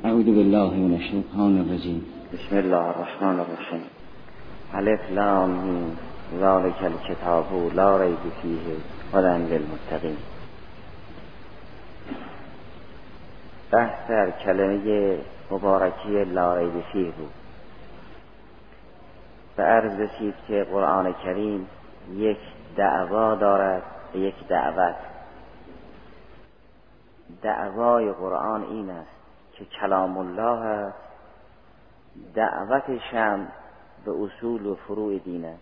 اعوذ بالله من الشیطان الرجیم. بسم الله الرحمن الرحیم. الف لام میم ذالک الکتاب لا ریب فیه هدی للمتقین. بحث در کلمه مبارکی لا ریب فیه بود. به عرض رسید که قرآن کریم یک دعوا دارد و یک دعوت. دعوای قرآن این است که کلام الله است، دعوتش هم به اصول و فروع دین است.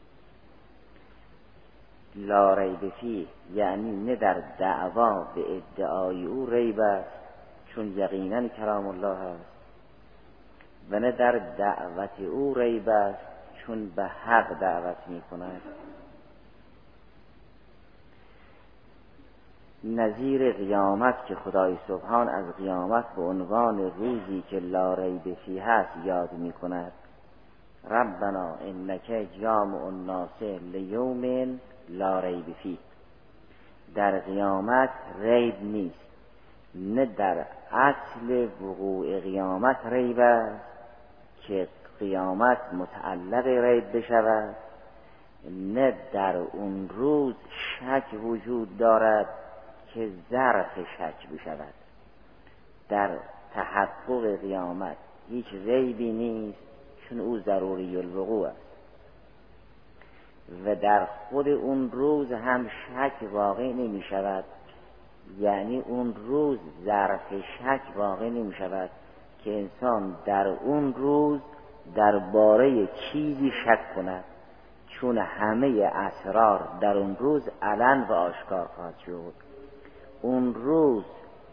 لا ریب فیه یعنی نه در دعوا به ادعای او ریب است چون یقینا کلام الله است، و نه در دعوت او ریب است چون به حق دعوت می کند. نظیر قیامت که خدای سبحان از قیامت به عنوان روزی که لا ریب فیه هست یاد می کند. ربنا انک جامع الناس لیوم لا ریب فیه. در قیامت ریب نیست، نه در اصل وقوع قیامت ریب است که قیامت متعلق ریب بشود، نه در اون روز شک وجود دارد که ظرف شک بشود. در تحقق قیامت هیچ ریبی نیست چون او ضروری الوقوع است، و در خود اون روز هم شک واقع نمی شود، یعنی اون روز ظرف شک واقع نمی شود که انسان در اون روز درباره چیزی شک کند، چون همه اسرار در اون روز علن و آشکار خواهد شد. اون روز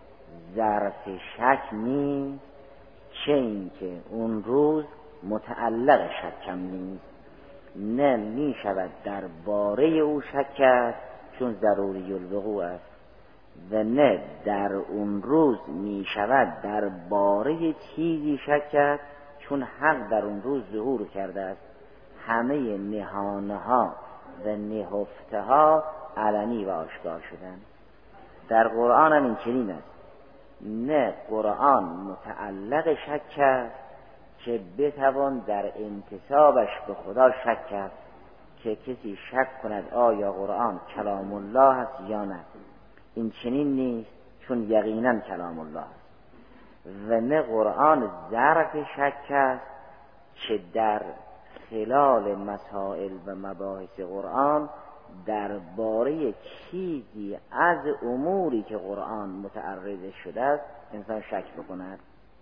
ظرف شک نیست، چه این که اون روز متعلق شک هم نیست. نه می شود درباره او شک کرد چون ضروری الوقوع است، و نه در اون روز می شود درباره چیزی شک کرد چون حق در اون روز ظهور کرده است. همه نهانه ها و نهفته ها علنی و آشکار شدند. در قرآن هم این چنین است. نه قرآن متعلق شک کرد که بتوان در انتسابش به خدا شک کرد، که کسی شک کند آیا قرآن کلام الله است یا نه. این چنین نیست چون یقینا کلام الله است. و نه قرآن ظرف شک است که در خلال مسائل و مباحث قرآن درباره چیزی از اموری که قرآن متعرض شده است انسان شک بکند.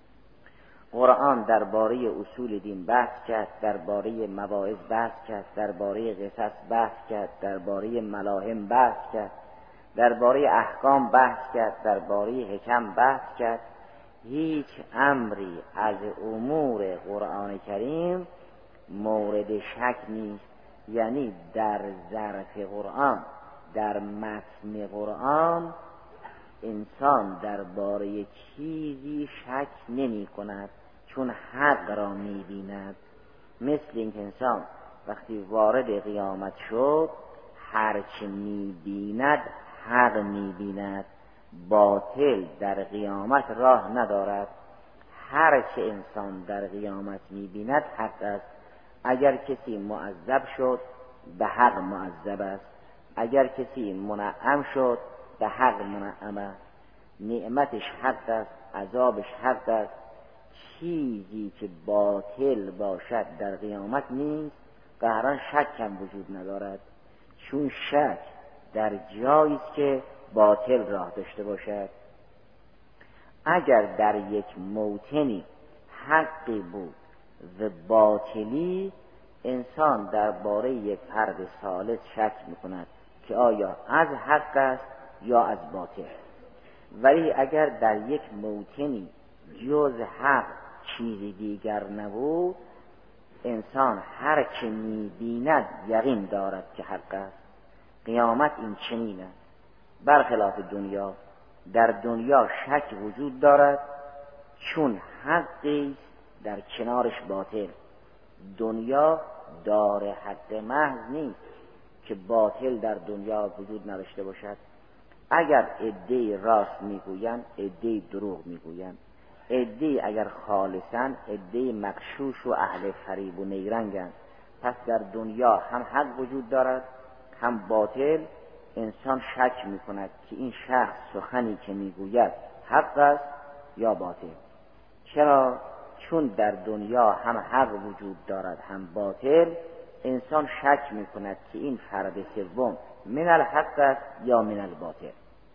قرآن درباره اصول دین بحث کرد، درباره مواعظ بحث کرد، درباره قصص بحث کرد، درباره ملاهم بحث کرد، درباره احکام بحث کرد، درباره حکم بحث کرد. هیچ امری از امور قرآن کریم مورد شک نیست، یعنی در ظرف قرآن، در متن قرآن انسان درباره چیزی شک نمی کند چون حق را می بیند. مثل اینکه انسان وقتی وارد قیامت شد هرچه می بیند حق می بیند. باطل در قیامت راه ندارد. هرچه انسان در قیامت می بیند حق است. اگر کسی معذب شد به حق معذب است، اگر کسی منعم شد به حق منعم است. نعمتش حق است، عذابش حق است. چیزی که باطل باشد در قیامت نیست. قهران شک هم وجود ندارد، چون شک در جایی است که باطل راه داشته باشد. اگر در یک موطنی حقی بود و باطلی، انسان درباره یک فرد ثالث شک میکند که آیا از حق است یا از باطل. ولی اگر در یک موطنی جز حق چیزی دیگر نبود، انسان هر چه می‌بیند یقین دارد که حق است. قیامت این چنین است. برخلاف دنیا، در دنیا شک وجود دارد چون حقی در کنارش باطل. دنیا دار حق محض نیست که باطل در دنیا وجود نداشته باشد. اگر عده‌ای راست میگویند، عده‌ای دروغ میگویند. عده‌ای اگر خالصن، عده‌ای مغشوش و اهل فریب و نیرنگن. پس در دنیا هم حق وجود دارد هم باطل. انسان شک میکند که این شخص سخنی که میگوید حق است یا باطل. چرا؟ چون در دنیا هم حق وجود دارد هم باطل. انسان شک میکند که این فرد سوم من الحق است یا من الباطل.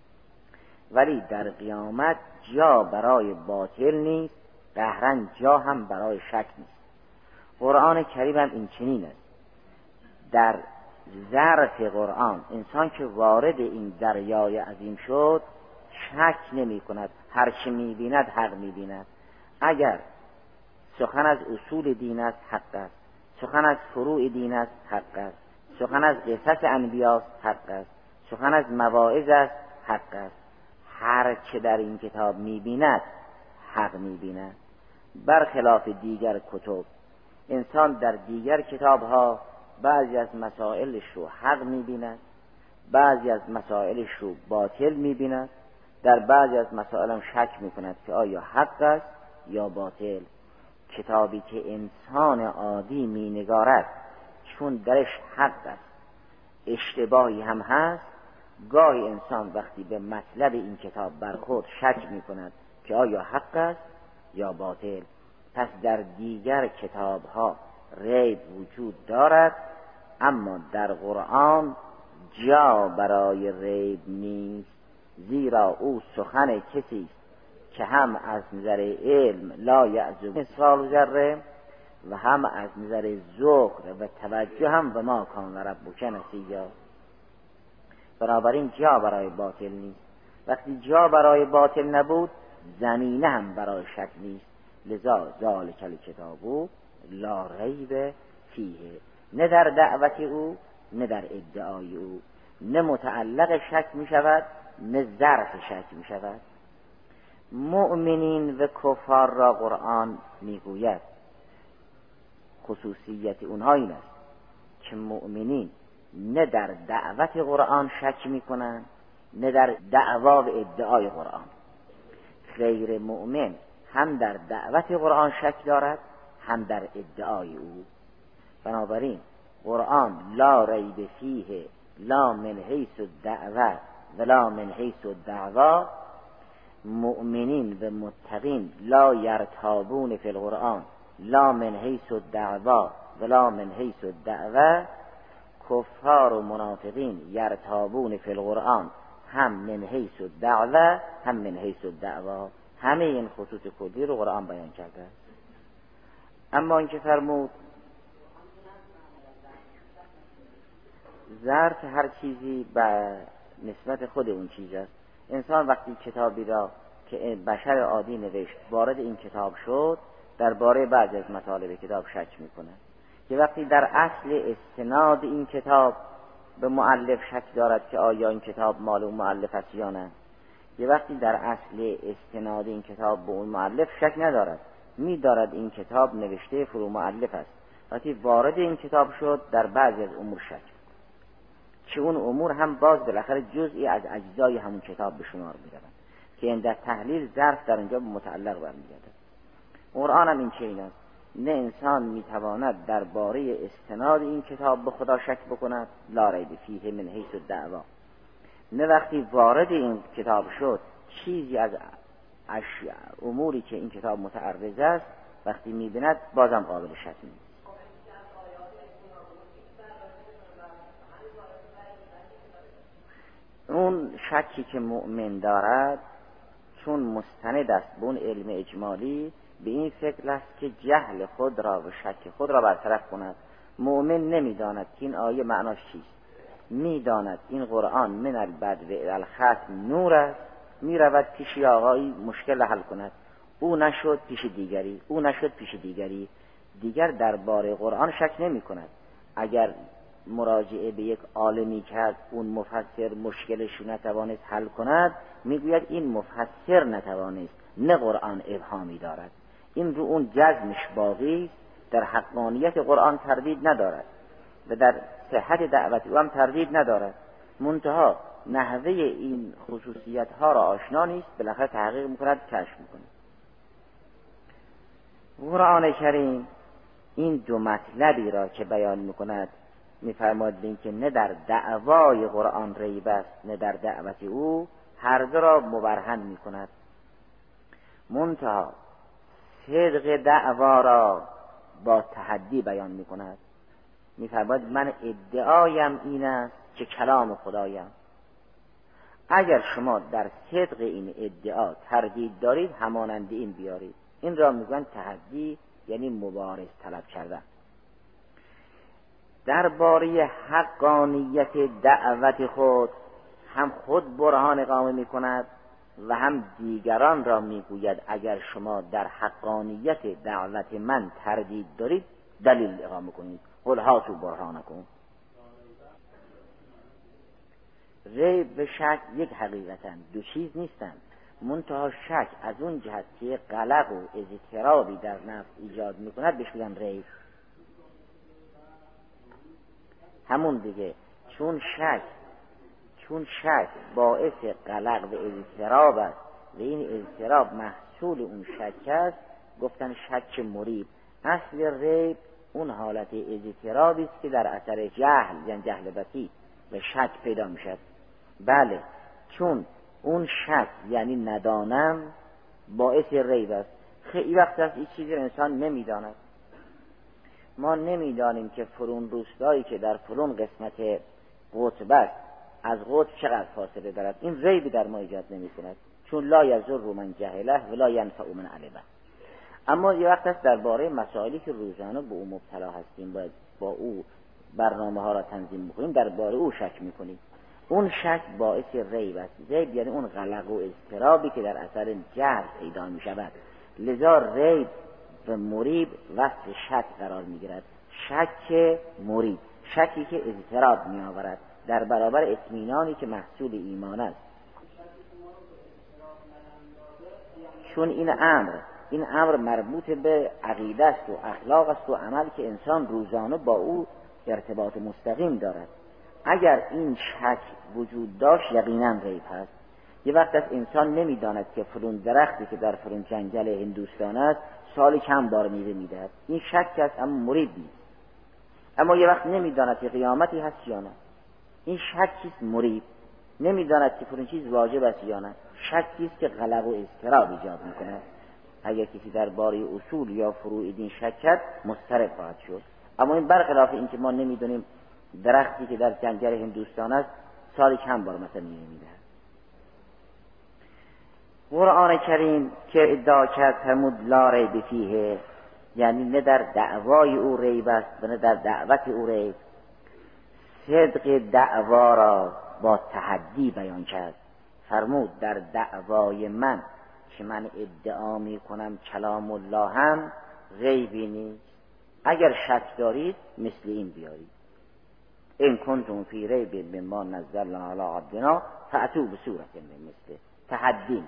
ولی در قیامت جا برای باطل نیست، قهرن جا هم برای شک نیست. قرآن کریم هم این چنین است. در ظرف قرآن انسان که وارد این دریای عظیم شد شک نمی کند، هر چه می بیند حق می بیند. اگر سخن از اصول دین است حق است، سخن از فروع دین است حق است، سخن از قصص انبیاء حق است، سخن از مواعظ است حق است. هر چه در این کتاب می بیند حق می بیند. برخلاف دیگر کتب، انسان در دیگر کتاب ها بعضی از مسائلش رو حق می بیند، بعضی از مسائلش رو باطل می بیند، در بعضی از مسائل هم شک می کند که آیا حق است یا باطل. کتابی که انسان عادی می نگارد چون درش حق است اشتباهی هم هست، گاهی انسان وقتی به مطلب این کتاب برخورد شک می کند که آیا حق است یا باطل. پس در دیگر کتاب ها ریب وجود دارد، اما در قرآن جا برای ریب نیست، زیرا او سخن کسی است که هم از نظر علم لا یعزب مثقال ذره و هم از نظر ذوق و توجه هم و ما کان ربک نسیا. بنابراین جا برای باطل نیست. وقتی جا برای باطل نبود زمینه هم برای شک نیست. لذا ذالک الکتاب لا ریب فیه، نه در دعوت او نه در ادعای او، نه متعلق شک می شود نه ظرف شک می شود. مؤمنین و کفار را قرآن می گوید خصوصیت اونها این است که مؤمنین نه در دعوت قرآن شک می کنند نه در دعوا و ادعای قرآن. غیر مؤمن هم در دعوت قرآن شک دارد هم در ادعای او. بنابراین قرآن لا ریب فیه لا من حیث الدعوه ولا من حیث الدعوا. مؤمنین و متقین لا یرتابون فی القرآن لا من حیث الدعوا ولا من حیث الدعوه. کفار و منافقین یرتابون فی القرآن هم من حیث الدعوه هم من حیث الدعوا. همه این خطوط کلی رو قرآن بیان کرده. اما اینکه فرمود ظرف هر چیزی به نسبت خود اون چیز است. انسان وقتی کتابی را که بشر عادی نوشت وارد این کتاب شد درباره بعضی از مطالب کتاب شک میکنه، که وقتی در اصل استناد این کتاب به مؤلف شک دارد که آیا این کتاب مال اون مؤلف است یا نه، یه وقتی در اصل استناد این کتاب به اون مؤلف شک ندارد، می‌دارد این کتاب نوشته فرو مؤلف است. وقتی وارد این کتاب شد در بعضی از امور شک، که اون امور هم باز بالاخره جزئی از اجزای همون کتاب به شمار می‌روند که این در تحلیل ظرف در اینجا متعلق برمیگردد. قرآن هم این چنین است. نه انسان میتواند درباره استناد این کتاب به خدا شک بکند لا ریب فیه من حیث الدعوا، نه وقتی وارد این کتاب شد چیزی از اموری که این کتاب متعرض است وقتی میبیند بازم قابل شک نیست. اون شکی که مؤمن دارد چون مستند است به اون علم اجمالی، به این فکر است که جهل خود را و شک خود را برطرف کند. مؤمن نمیداند که این آیه معناش چیست، میداند این قرآن من البدو الی الختم نور است، میرود پیش آقایی مشکل حل کند، او نشد پیش دیگری، او نشد پیش دیگری، دیگر درباره قرآن شک نمی کند. اگر مراجعه به یک عالمی کرد اون مفسر مشکلش نتوانست حل کند، میگوید این مفسر نتوانست، نه قرآن ابهامی دارد. این رو اون جزمش باقی است، در حقانیت قرآن تردید ندارد و در صحت دعوت او هم تردید ندارد، منتها نحوه این خصوصیت ها را آشنا نیست، بالاخره تحقیق میکند، کشف میکند. قرآن کریم این دو مطلبی را که بیان میکند میفرماید که نه در دعوای قرآن ریب است نه در دعوت او، هر دو را مبرهن میکند. منتها صدق دعوا را با تحدی بیان میکند. میفرماید من ادعایم این است که کلام خدایم. اگر شما در صدق این ادعا تردید دارید همانند این بیارید. این را میگن تحدی، یعنی مبارز طلب کردن. درباره حقانیت دعوت خود هم خود برهان اقامه میکند و هم دیگران را میگوید اگر شما در حقانیت دعوت من تردید دارید دلیل اقامه کنید. قل هاتوا برهانکم. ریب و شک یک حقیقتن، دو چیز نیستن. منتها شک از اون جهت که قلق و اضطرابی در نفس ایجاد میکند بهش میگن ریب. همون دیگه، چون شک باعث قلق و اضطراب است و این اضطراب محصول اون شک است، گفتن شک مریب. اصل ریب اون حالت اضطرابی است که در اثر جهل، یعنی جهل بسیط و شک پیدا میشد. بله، چون اون شک یعنی ندانم باعث ریب است. خیلی وقت است این چیزی رو انسان نمیداند. ما نمیدانیم که فلان روستایی که در فلان قسمت قطب است از قطب چقدر فاصله دارد. این ریبی در ما ایجاد نمی کند، چون لا یضر من جهله ولا ینفع من علمه. اما یه وقت است درباره مسائلی که روزانه به او مبتلا هستیم باید با او برنامه ها را تنظیم بکنیم، درباره او شک میکنیم. اون شک باعث ریب است. ریب یعنی اون قلق و اضطرابی که در اثر جهل پیدا می شود. لذا ریب و مریب وصف شک قرار می گیرد. شک مریب، شکی که اضطراب می آورد در برابر اطمینانی که محصول ایمان است. چون این امر مربوط به عقیده است و اخلاق است و عمل که انسان روزانه با او ارتباط مستقیم دارد. اگر این شک وجود داشت یقینا ریب هست. یه وقت از انسان نمیداند که فلان درختی که در فلان جنگل هندوستان است سالی چند بار میوه میدهد. این شک است اما مریب نیست. اما یه وقت نمیداند که قیامتی هست یا نه. این شکی است مریب. نمیداند که فلان چیز واجب است یا نه. شکی است که قلق و اضطراب ایجاد میکند. اگر کسی درباره اصول یا فروع دین شک کرد مضطرب خواهد شد. اما این برخلاف این که ما نمیدونیم درختی که در جنگل هندوستان است سالی چند بار مثلا میوه میدهد. قرآن کریم که ادعا کرد فرمود لا ریب فیه، یعنی نه در دعوای او ریب است و نه در دعوت او ریب. صدق دعوا را با تحدی بیان کرد. فرمود در دعوای من که من ادعا می کنم کلام الله هم ریبی نیست. اگر شک دارید مثل این بیارید. این کنتم فی ریب مما نزلنا علی عبدنا فأتوا بسورة من مثله. تحدی.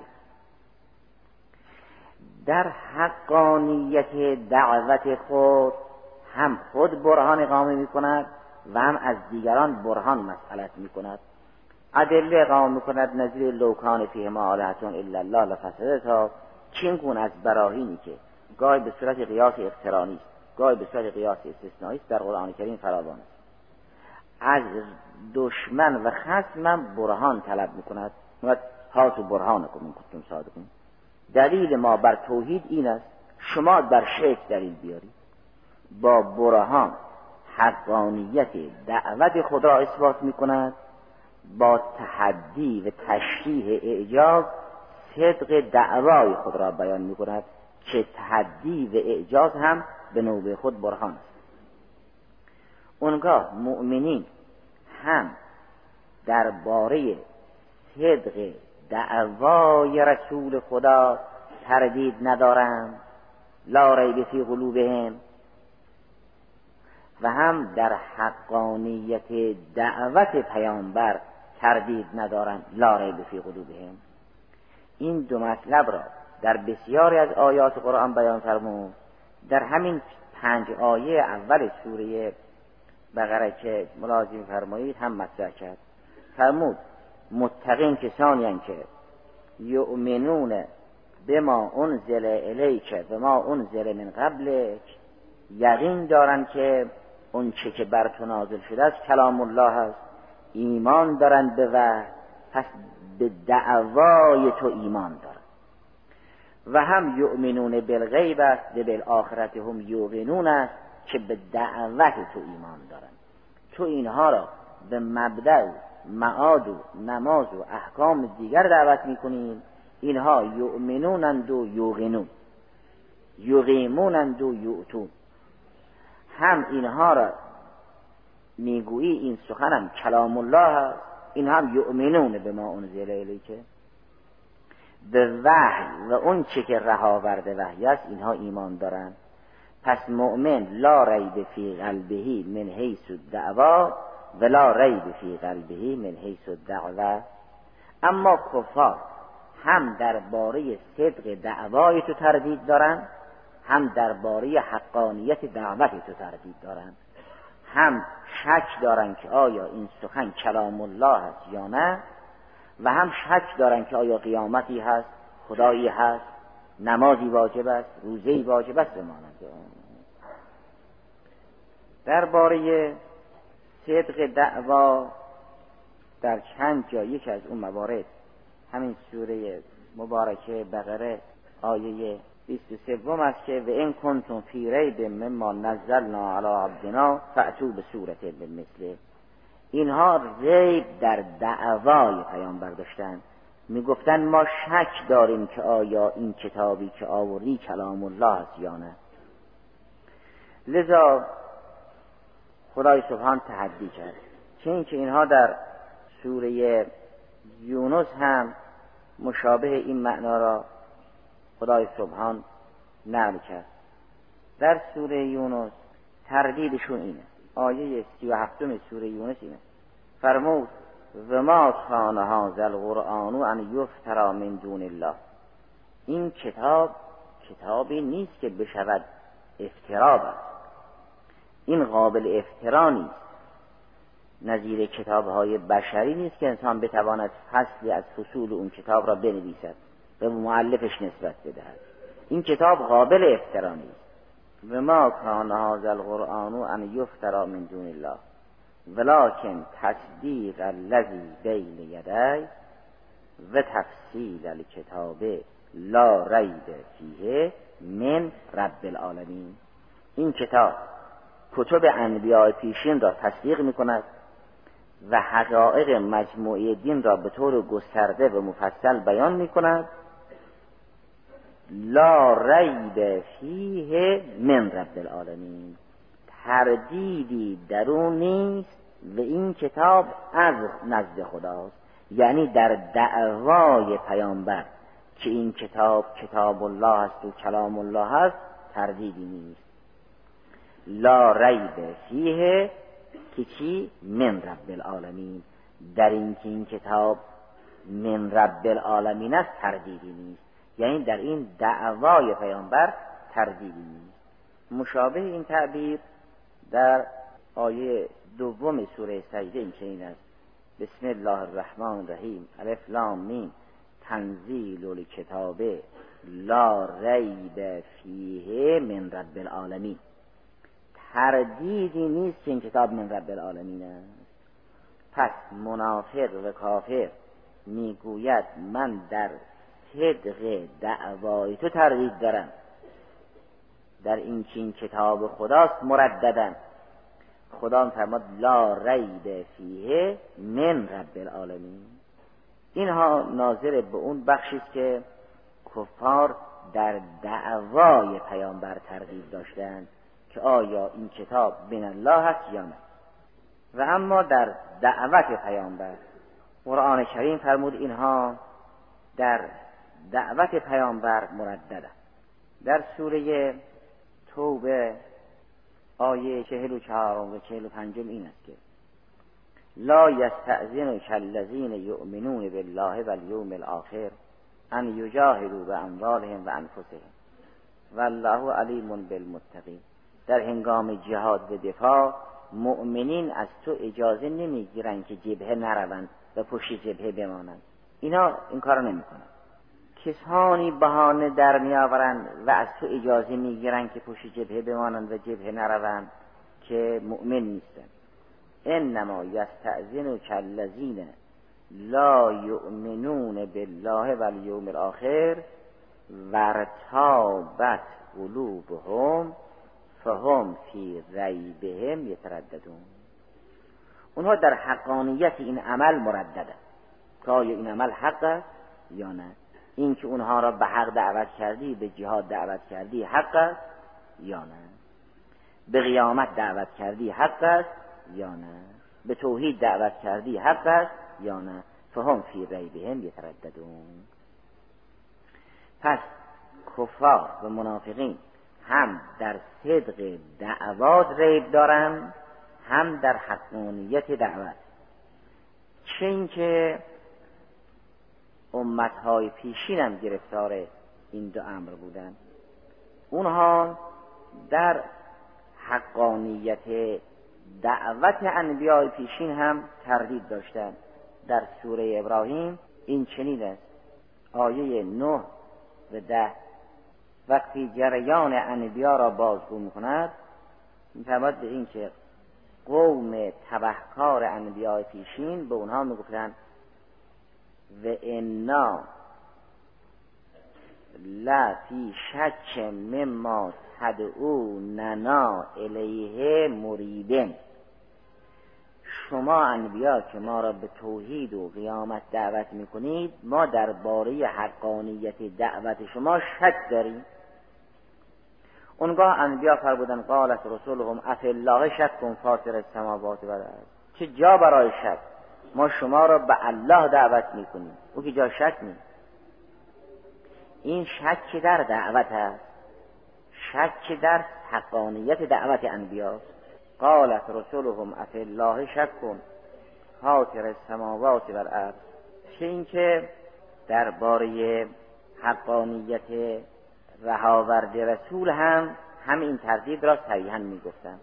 در حقانیت دعوت خود هم خود برهان اقامه می کند و هم از دیگران برهان مسئلت می کند. ادله اقامه می کند نظیر لوکان فیهما آلهة الا الله لفسدتا، چنگونه از براهینی که گاهی به صورت قیاس اقترانی است گاهی به صورت قیاس استثنایی است در قرآن کریم فراوان است. از دشمن و خصم برهان طلب می کند. هاتوا برهانکم ان کنتم صادقین. دلیل ما بر توحید این است، شما بر شرک دلیل بیارید. با برهان حقانیت دعوت خود را اثبات می کند، با تحدی و تشریح اعجاز صدق دعوای خود را بیان می کند که تحدی و اعجاز هم به نوبه خود برهان است. اونگاه مؤمنین هم درباره صدق دعوای رسول خدا تردید ندارند، لا ریب فی قلوبهم، و هم در حقانیت دعوت پیامبر تردید ندارند، لا ریب فی قلوبهم. این دو مطلب را در بسیاری از آیات قرآن بیان فرمود. در همین 5 آیه اول سوره بقره که ملاحظه فرمایید هم مطرح کرد. فرمود متقین کسانی هستند که یؤمنون بما انزل الیک و ما انزل من قبلک، یقین دارن که اون چه که بر تو نازل شده است کلام الله است، ایمان دارن به وحی، پس به دعوای تو ایمان دارن. و هم یؤمنون بالغیب است و بالآخرت هم یوقنون است که به دعوت تو ایمان دارن. تو اینها را به مبدأ معاد و نماز و احکام دیگر دعوت میکنیم، اینها یؤمنونند و یوقنون، یقیمونند و یؤتون. هم اینها را میگویی این سخنم کلام الله است، این هم یؤمنون به ما انزل الیک، به وحی و اون چه که رها آورده وحی است اینها ایمان دارند. پس مؤمن لا ریب فی قلبه من حیث الدعوا و لا ریب فی قلبه من حیث الدعوه. اما کفار هم درباره صدق دعوای تو تردید دارند، هم درباره حقانیت دعوت تو تردید دارند، هم شک دارند که آیا این سخن کلام الله است یا نه، و هم شک دارند که آیا قیامتی هست، خدایی هست، نمازی واجب است، روزه‌ای واجب است بمانند. درباره صدق دعوا در چند جا یک از اون موارد همین سوره مبارکه بقره آیه 23 است که و ان کنتم فی ریب مما نزلنا علی عبدنا فأتوا بسورة بمثله. اینها ریب در دعوای پیامبر داشتن، میگفتن ما شک داریم که آیا این کتابی که آوردی کلام الله است یا نه. لذا خدای سبحان تحدی کرد، چون که اینها در سوره یونس هم مشابه این معنا را خدای سبحان نقل کرد. در سوره یونس تردیدشون اینه، آیه 37 سوره یونس اینه، فرمود و ما کان هذا القرآن ان یفتری من دون الله. این کتابی نیست که بشود افترا است، این قابل افترا نیست، نظیر کتاب‌های بشری نیست که انسان بتواند فصلی از فصول اون کتاب را بنویسد و مؤلفش نسبت بدهد. این کتاب قابل افترا نیست. و ما کان هذا القرآن ان یفتری من دون الله ولکن تصدیق الذی بین یدیه و تفصیل الکتاب لا ریب فیه من رب العالمین. این کتاب کتب انبیاء پیشین را تصدیق می‌کند و حقایق مجموعه دین را به طور گسترده و مفصل بیان می‌کند. لا ریب فیه من رب العالمین، تردیدی در اون نیست و این کتاب از نزد خداست. یعنی در دعوای پیامبر که این کتاب الله است و کلام الله است تردیدی نیست. لا ریب فیه که چی؟ من رب العالمین، در این که این کتاب من رب العالمین است تردیدی نیست، یعنی در این دعوای پیامبر تردیدی نیست. مشابه این تعبیر در آیه 2 سوره سجده این چنین است، بسم الله الرحمن الرحیم الف لام میم تنزیل الکتاب لا ریب فیه من رب العالمین. تردیدی نیست که این کتاب من رب العالمین است. پس منافق و کافر میگوید من در صدق دعوای تو تردید دارم، در این که این کتاب خداست مرددن. خدا فرمود لا ریب فیه من رب العالمین. اینها ناظر به اون بخشی است که کفار در دعوای پیامبر تردید داشتند که آیا این کتاب من الله است یا نه. و اما در دعوت پیامبر قرآن کریم فرمود اینها در دعوت پیامبر مرددند. در سوره توبه آیه 44 و 45 این است که لا یستأذنک الذین یؤمنون بالله والیوم الاخر ان یجاهدوا باموالهم و انفسهم والله علیم بالمتقین. در هنگام جهاد و دفاع مؤمنین از تو اجازه نمیگیرند که جبهه نروند و پشت جبهه بمانند. اینا این کارو نمیکنند کسانی بهانه در میآورند و از تو اجازه میگیرند که پشت جبهه بمانند و جبهه نروند که مؤمن نیستند. انما یستأذنک الذین لا یؤمنون بالله والیوم الاخر وارتابت قلوبهم فهم فی ریبهم یترددون. اونها در حقانیت این عمل مرددند که آیا این عمل حق است یا نه. این که اونها را به حق دعوت کردی، به جهاد دعوت کردی حق است یا نه، به قیامت دعوت کردی حق است یا نه، به توحید دعوت کردی حق است یا نه. فهم فی ریبهم یترددون. پس کفار و منافقین هم در صدق دعوات ریب دارند، هم در حقانیت دعوت. چه این که امتهای پیشین هم گرفتار این دو امر بودند. اونها در حقانیت دعوت انبیاء پیشین هم تردید داشتند. در سوره ابراهیم این چنین است، آیه 9 و 10 وقتی جریان انبیاء را بازگو می‌کند می‌فرماید به این که قوم تبهکار انبیاء پیشین به اونها میگفتند و انا لا فی شک مما تدعوننا الیه مریبین. شما انبیا که ما را به توحید و قیامت دعوت میکنید، ما درباره حقانیت دعوت شما شک داریم. اونگاه انبیا فرمودند قالت رسولهم افی الله شک فاطر السماوات و الارض. چه جا برای شک؟ ما شما را به الله دعوت میکنیم، او که جا شک نیست. این شک در دعوت است، شک در حقانیت دعوت انبیاست. قالت رسولهم افی الله شک فاطر السماوات و الارض. چه این که درباره حقانیت رهاورد رسول هم این تردید را صریحا میگفتند.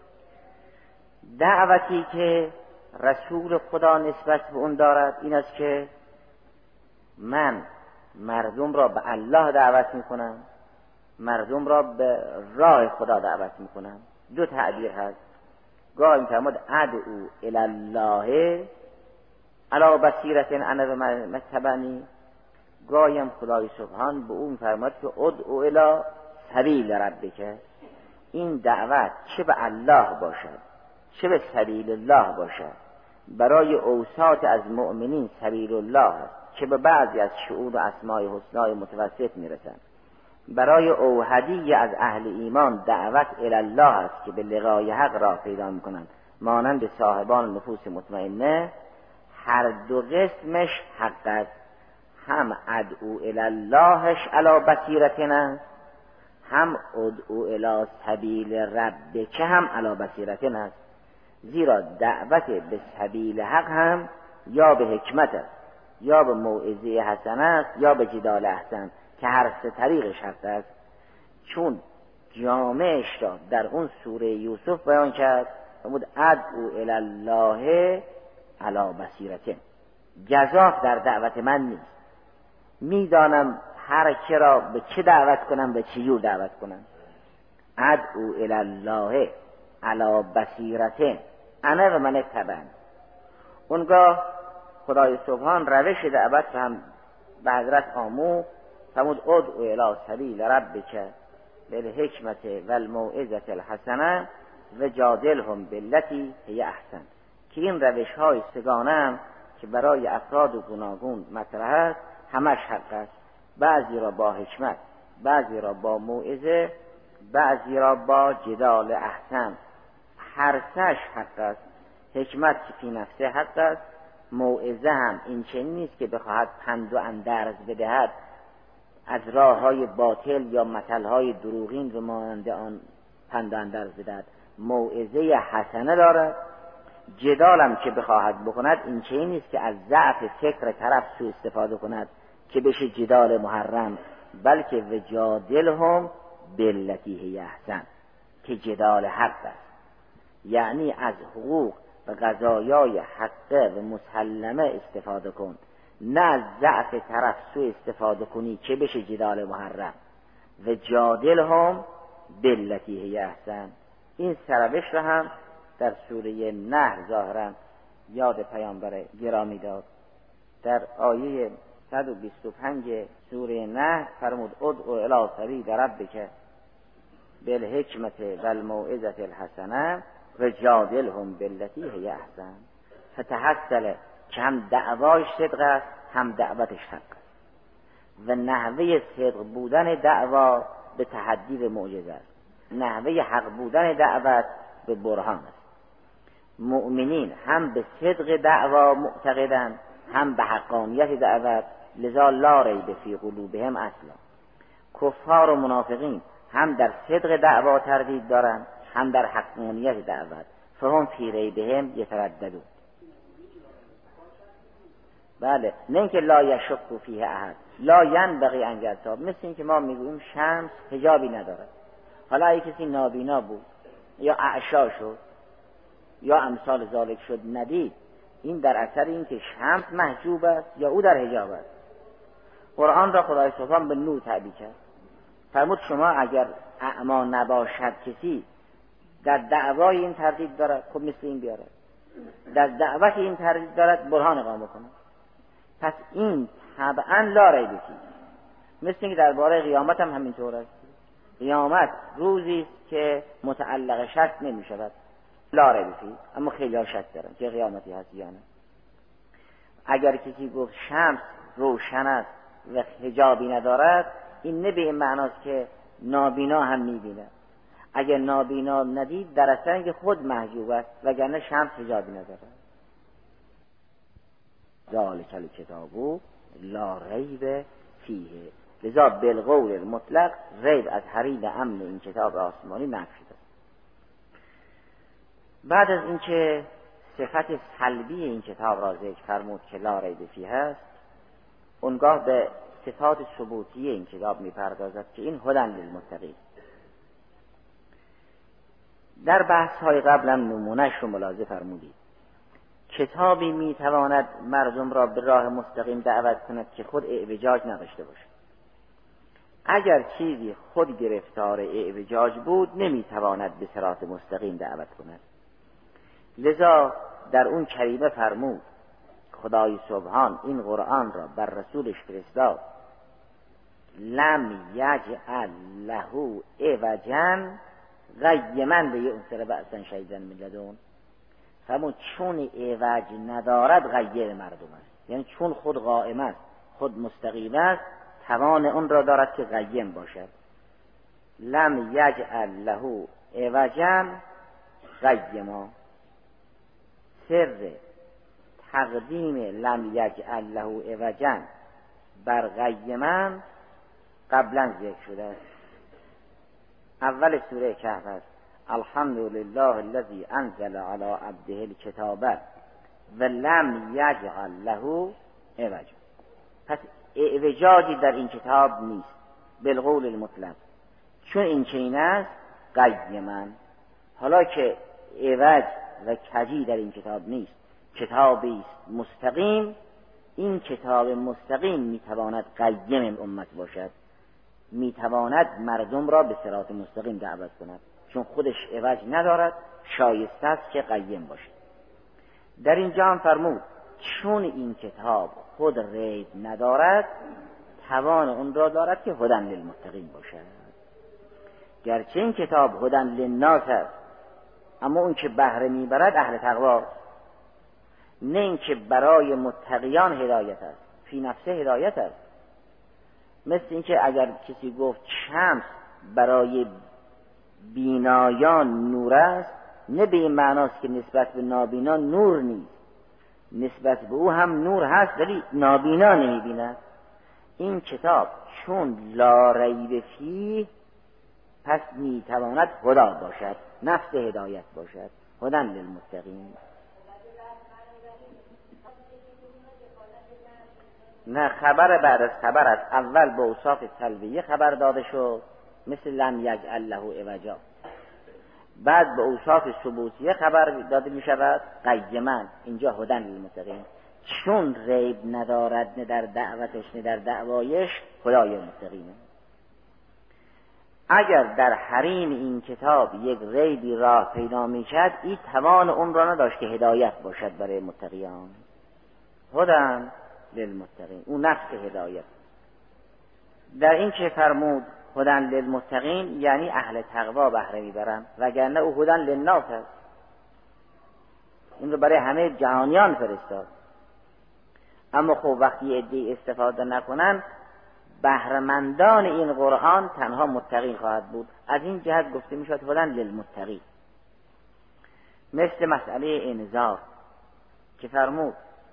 دعوتی که رسول خدا نسبت به اون دارد این است که من مردم را به الله دعوت میکنم، مردم را به راه خدا دعوت میکنم. دو تعبیر هست، گاهی میفرماد ادعو الی الله علی بصیرة انا و من اتبعنی، گاهی هم خدای سبحان به اون میفرماد که ادعو الی سبیل ربک. این دعوت چه به الله باشد چه به سبیل الله باشد، برای اوساط از مؤمنین سبیل الله است که به بعضی از شعور و اسماء حسنای متوسط میرسند. برای اوحدی از اهل ایمان دعوت الی الله است که به لقای حق راه پیدا میکنند، مانند صاحبان نفوس مطمئنه. هر دو قسمش حق است، هم ادعو الی اللهش علی بصیرتنا، هم ادعو الی سبیل ربک هم علی بصیرتنا است. زیرا دعوت به سبیل حق هم یا به حکمت است، یا به موعظه حسنه است، یا به جدال احسن، که هر سه طریقش حق است. چون جامعش را در اون سوره یوسف بیان کرد، فرمود ادعو الی الله علی بصیرة. گزاف در دعوت من نیست، میدانم هر کی را به چه دعوت کنم، به چه جور دعوت کنم. ادعو الی الله علی بصیرة انا و من اتبعنی. اونگاه خدای سبحان روش دعوت هم به حضرت آموخت، فرمود ادعو الی سبیل ربک بالحکمة والموعظة الحسنة و جادلهم بالتی هی احسن. که این روش های سگانه هم که برای افراد و گوناگون مطرح است همش حق است، بعضی را با حکمت، بعضی را با موعظه، بعضی را با جدال احسن. هر سهش حق است. حکمت که فی نفسه حق است، موعظه هم این چنین نیست که بخواهد پند و اندرز بدهد، از راه های باطل یا مثل های دروغین و مانند آن پند و اندرز بدهد. موعظه حسنه دارد. جدال هم که بخواهد بکند این چنین نیست که از ضعف فکر طرف سوء استفاده کند که بشه جدال محرم، بلکه وجادلهم بالتی هی احسن، که جدال حق است. یعنی از حقوق و قضایای حقه و مسلمه استفاده کن، نه از ضعف طرف سوء استفاده کنی که بشه جدال محرم. و جادلهم بالتی هی احسن. این سروش رو هم در سوره نحل ظاهرا یاد پیامبر گرامی داد. در آیه 125 سوره نحل فرمود ادعو الی سبیل ربک بالحکمت و الموعظة الحسنه و جادلهم بالتی هی احسن. فتحصل که هم دعواش صدق است هم دعوتش حق است و نحوه صدق بودن دعوا به تحدی و معجزه است، نحوه حق بودن دعوت به برهان است. مؤمنین هم به صدق دعوا معتقدند هم به حقانیت دعوت، لذا لا ریب فی قلوبهم اصلا. کفار و منافقین هم در صدق دعوا تردید دارند هم در حقانیت دعوت، فهم فی ریبهم یترددون. بله، نه اینکه لا یشک فیه احد، لا ینبغی ان یرتاب. مثل اینکه ما میگوییم شمس حجابی ندارد. حالا اگه کسی نابینا بود یا اعشا شد یا امثال ذالک شد ندید، این در اثر این که شمس محجوب است یا او در حجاب است. قرآن را خدای سبحان به نور تعبیر کرد. فرمود شما اگر اعما نباشد کسی در دعوای این تردید دارد، خب مثل این بیارد. در دعوت این تردید دارد، برهان اقامه کنه. پس این طبعا لا ریب فیه. مثل اینکه درباره قیامت هم همینطور است. قیامت روزی است که متعلق شک نمی شود، لا ریب فیه. اما خیلی ها شک دارن که قیامتی هست یا نه. اگر کسی گفت شمس روشن است و حجابی ندارد، این نه به این معناست که نابینا هم می‌بیند. اگر نابینا ندید در اصل اینکه خود محجوب است، وگرنه شمس حجابی ندارد. ذالک الکتاب لا ریب فیه. لذا بالقول المطلق ریب از حریم امن این کتاب آسمانی نفی داد. بعد از اینکه صفت سلبی این کتاب را ذکر فرمود که لا ریب فیه است، اونگاه به صفات ثبوتی این کتاب میپردازد که این هدی للمتقین. در بحث های قبل هم نمونهش رو ملاحظه فرمودید. کتابی میتواند مردم را به راه مستقیم دعوت کند که خود اعوجاج نداشته باشد. اگر چیزی خود گرفتار اعوجاج بود نمیتواند به صراط مستقیم دعوت کند. لذا در اون کریمه فرمود خدای سبحان این قرآن را بر رسولش فرستاد لم یجعل له عوجا قیما لینذر بأسا شدیدا من لدن. فرمود چون عوج ندارد غیر مردم است، یعنی چون خود قائم است، خود مستقیم است، توان اون را دارد که قیم باشد. لم یجعل له عوجا قیما. سر تقدیم لم یجعل له عوجا بر قیما قبلا ذکر شده است. اول سوره کهف است الحمدلله الذی انزل علی عبده الکتاب و لم یجعل له عوجا. پس اعوجاجی در این کتاب نیست بالقول المطلق، چون این چنین است قیما. حالا که عوج و کجی در این کتاب نیست، کتابی است مستقیم، این کتاب مستقیم میتواند قیم امت باشد، میتواند مردم را به صراط مستقیم دعوت کند، چون خودش عوج ندارد، شایسته است که قیم باشد. در اینجا هم فرمود چون این کتاب خود ریب ندارد، توان اون را دارد که هدی للمتقین باشد. گرچه این کتاب هدی للناس است، اما اون که بهره میبرد اهل تقوا، نه این که برای متقیان هدایت است، فی نفسه هدایت است. مثل این که اگر کسی گفت شمس برای بینایان نور است، نه به این معناست که نسبت به نابینا نور نیست، نسبت به او هم نور هست ولی نابینا نمیبیند. این کتاب چون لا ریب فیه پس میتواند هدا باشد، نفس هدایت باشد، هدی للمتقین. نه، خبر بعد از خبر است. اول به اوصاف سلبیه خبر داده شد مثل لم یجعل له عوجا، بعد به اوصاف ثبوتیه خبر داده می شود قیما، اینجا هدی للمتقین. چون ریب ندارد نه در دعوتش نه در دعوایش خدای متقینه. اگر در حریم این کتاب یک ریبی راه پیدا میشد، این توان اون را نداشت که هدایت باشد برای متقیان. هدن للمتقین، اون نفس هدایت. در این که فرمود هدن للمتقین یعنی اهل تقوا بهره میبرن، وگرنه او هدن للناس است. این رو برای همه جهانیان فرستاد. اما خب وقتی عده‌ای استفاده نکنن، بهره‌مندان این قرآن تنها متقین خواهد بود. از این جهت گفته میشد هدن للمتقین. مثل مسئله انذار که فرمود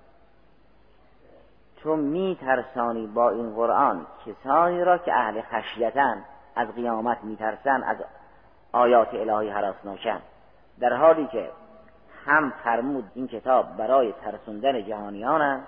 تو می ترسانی با این قرآن کسانی را که اهل خشیتن، از قیامت می ترسن، از آیات الهی هراسناکن، در حالی که هم فرمود این کتاب برای ترسوندن جهانیان است،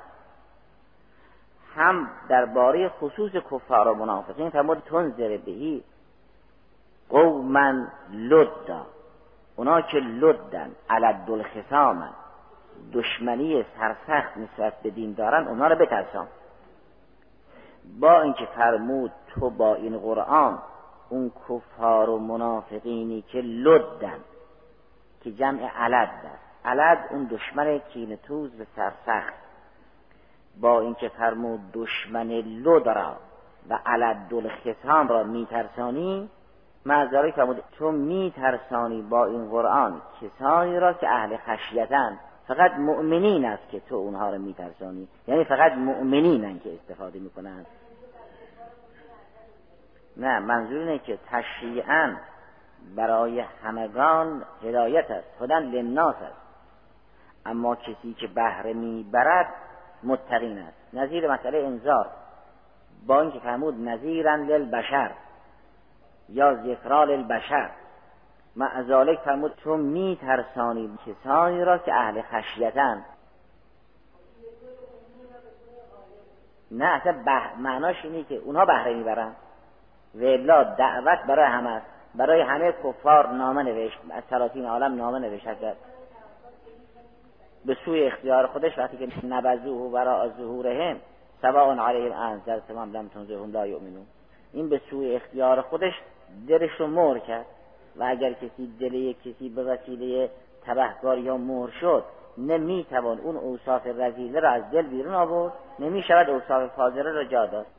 هم درباره خصوص کفار و منافقین فرمود تنذر بهی قوما لدا، اونا که لدن علد الخصامن، دشمنی سرسخت نسبت به دین دارن، اونا رو بترسان. با اینکه فرمود تو با این قرآن اون کفار و منافقینی که لدن، که جمع علد است، علد اون دشمن کینه‌توز و سرسخت، با اینکه فرمود دشمن لد را و علد الخصام را میترسانی، معذاری فرمود تو میترسانی با این قرآن کسانی را که اهل خشیتن، فقط مؤمنین است که تو اونها رو میترسانی، یعنی فقط مؤمنینن که استفاده میکنن. نه، منظور اینه که تشریعاً برای همگان هدایت است، هدن للناس است، اما کسی که بهره میبرد متقین است. نظیر مسئله انذار، با اینکه فرمود نذیراً للبشر یا ذکرا للبشر، مع ذالک فرمود تو می ترسانی کسانی را که اهل خشیتن. نه، اصلا معناش اینه که اونها بهره میبرن، و الا دعوت برای همه است، برای همه کفار نامه نوشت، از سلاطین عالم نامه نوشت به سوی اختیار خودش، وقتی که نبذوه وراء ظهورهم سواء علیهم انذرتم ام لم تنذرهم لا یؤمنون، این به سوی اختیار خودش دلش رو مهر کرد. و اگر کسی دل یک کسی به وسیله تبهکاری یا مهر شد، نمیتوان اون اوصاف رذیله را از دل بیرون آورد، نمیشود اوصاف فاضله را جا داد.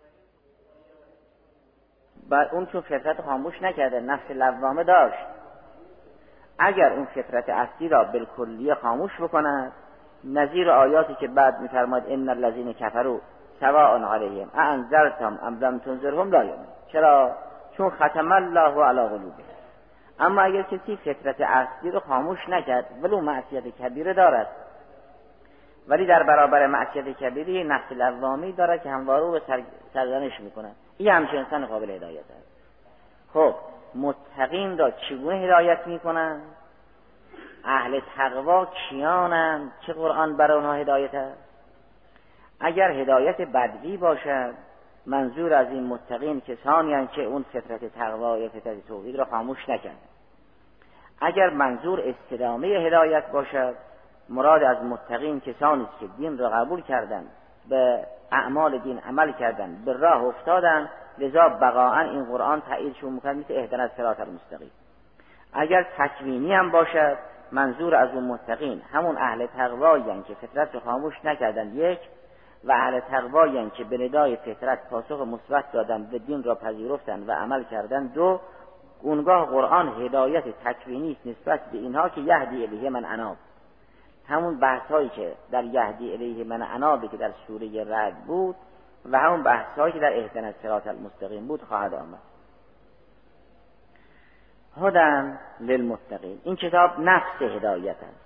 بعد اون چون فطرت خاموش نکرده، نفس لوامه داشت، اگر اون فطرت اصلی را بالکلیه خاموش بکند، نظیر آیاتی که بعد می‌فرماید ان الذين كفروا سواء عليهم اانذرتم ام لم تنذرهم لا یؤمنون. چرا؟ چون ختم الله علی قلوبهم. اما اگر کسی فطرت اصلی رو خاموش نکرد، ولو معصیت کبیره دارد، ولی در برابر معصیت کبیره نفس لوامی دارد که همواره رو سرزنش میکنه، این همچین انسان قابل هدایت است. خب متقین را چگونه هدایت میکنن؟ اهل تقوا کیانند که قرآن برای اونها هدایت است؟ اگر هدایت بدوی باشد، منظور از این متقین کسانی هستند که اون فطرت تقوا یا فطرت توحید را خاموش نکردند. اگر منظور استدامه هدایت باشد، مراد از متقین کسانی است که دین را قبول کردند، به اعمال دین عمل کردند، به راه افتادند، لذا بقاءً این قرآن تاییدشون می‌کند مثل اهدنا الصراط المستقیم. اگر تکوینی هم باشد، منظور از اون متقین همون اهل تقوایند که فطرت را خاموش نکردند، یک، و اهل تقوایند که به ندای فطرت پاسخ مثبت دادند، به دین را پذیرفتند و عمل کردند، دو، اونگاه قرآن هدایت تکوینی است نسبت به اینها که یهدی الیه من اناب، همون بحثایی که در یهدی الیه من انابی که در سوره رعد بود و همون بحثایی که در اهدنا الصراط المستقیم بود خواهد آمد. هدن للمتقین، این کتاب نفس هدایت است،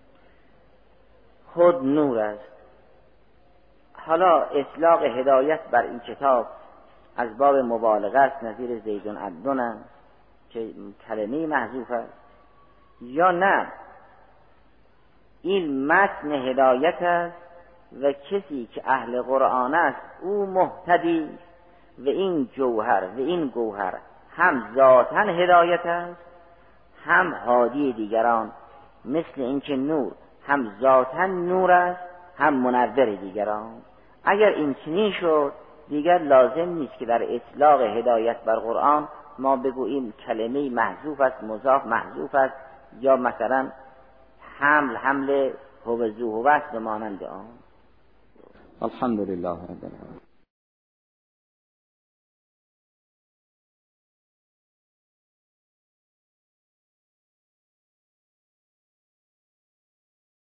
خود نور است. حالا اطلاق هدایت بر این کتاب از باب مبالغه است، نظیر زیدون عدن که کلمه محذوف است، یا نه این متن هدایت است و کسی که اهل قرآن است او مهتدی، و این جوهر و این گوهر هم ذاتاً هدایت است، هم هادی دیگران، مثل اینکه نور هم ذاتاً نور است، هم منور دیگران. اگر این چنین شد دیگر لازم نیست که در اطلاق هدایت بر قرآن ما بگوییم کلمه محذوف است، مضاف محذوف است، یا مثلا حمل هو ذو هو است و مانند آن. الحمد لله رب العالمین.